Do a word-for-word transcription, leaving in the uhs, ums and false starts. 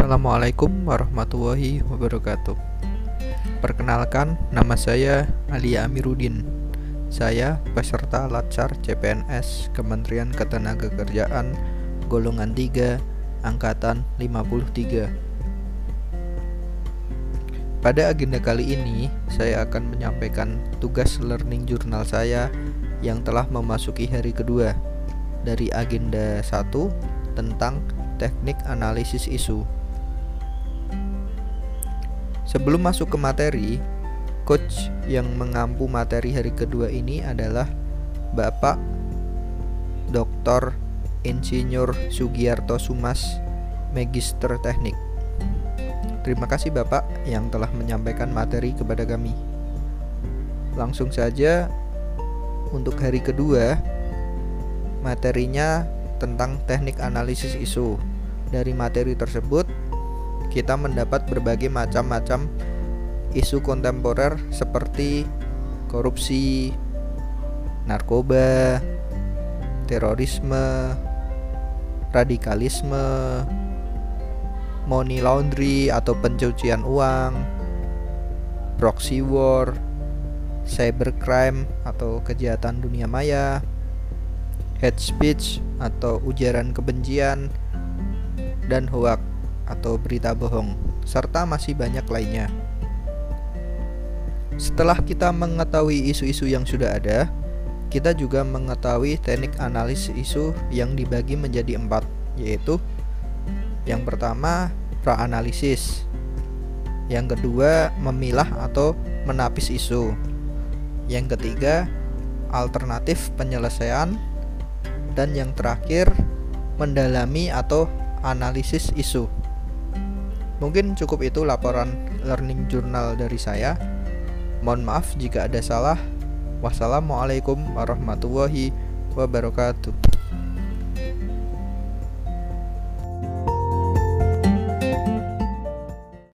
Assalamualaikum warahmatullahi wabarakatuh. Perkenalkan, nama saya Ali Amiruddin. Saya peserta Latsar C P N S Kementerian Ketenagakerjaan golongan tiga angkatan lima puluh tiga. Pada agenda kali ini, saya akan menyampaikan tugas learning journal saya yang telah memasuki hari kedua dari agenda satu tentang teknik analisis isu. Sebelum masuk ke materi, coach yang mengampu materi hari kedua ini adalah Bapak doktor Insinyur Sugiarto Sumas, Magister Teknik. Terima kasih Bapak yang telah menyampaikan materi kepada kami. Langsung saja untuk hari kedua, materinya tentang teknik analisis isu. Dari materi tersebut, kita mendapat berbagai macam-macam isu kontemporer seperti korupsi, narkoba, terorisme, radikalisme, money laundry atau pencucian uang, proxy war, cybercrime atau kejahatan dunia maya, hate speech atau ujaran kebencian, dan hoax atau berita bohong, serta masih banyak lainnya. Setelah kita mengetahui isu-isu yang sudah ada, kita juga mengetahui teknik analisis isu yang dibagi menjadi empat, yaitu yang pertama pra-analisis, yang kedua memilah atau menapis isu, yang ketiga alternatif penyelesaian, dan yang terakhir mendalami atau analisis isu. Mungkin cukup itu laporan learning journal dari saya. Mohon maaf jika ada salah. Wassalamualaikum warahmatullahi wabarakatuh.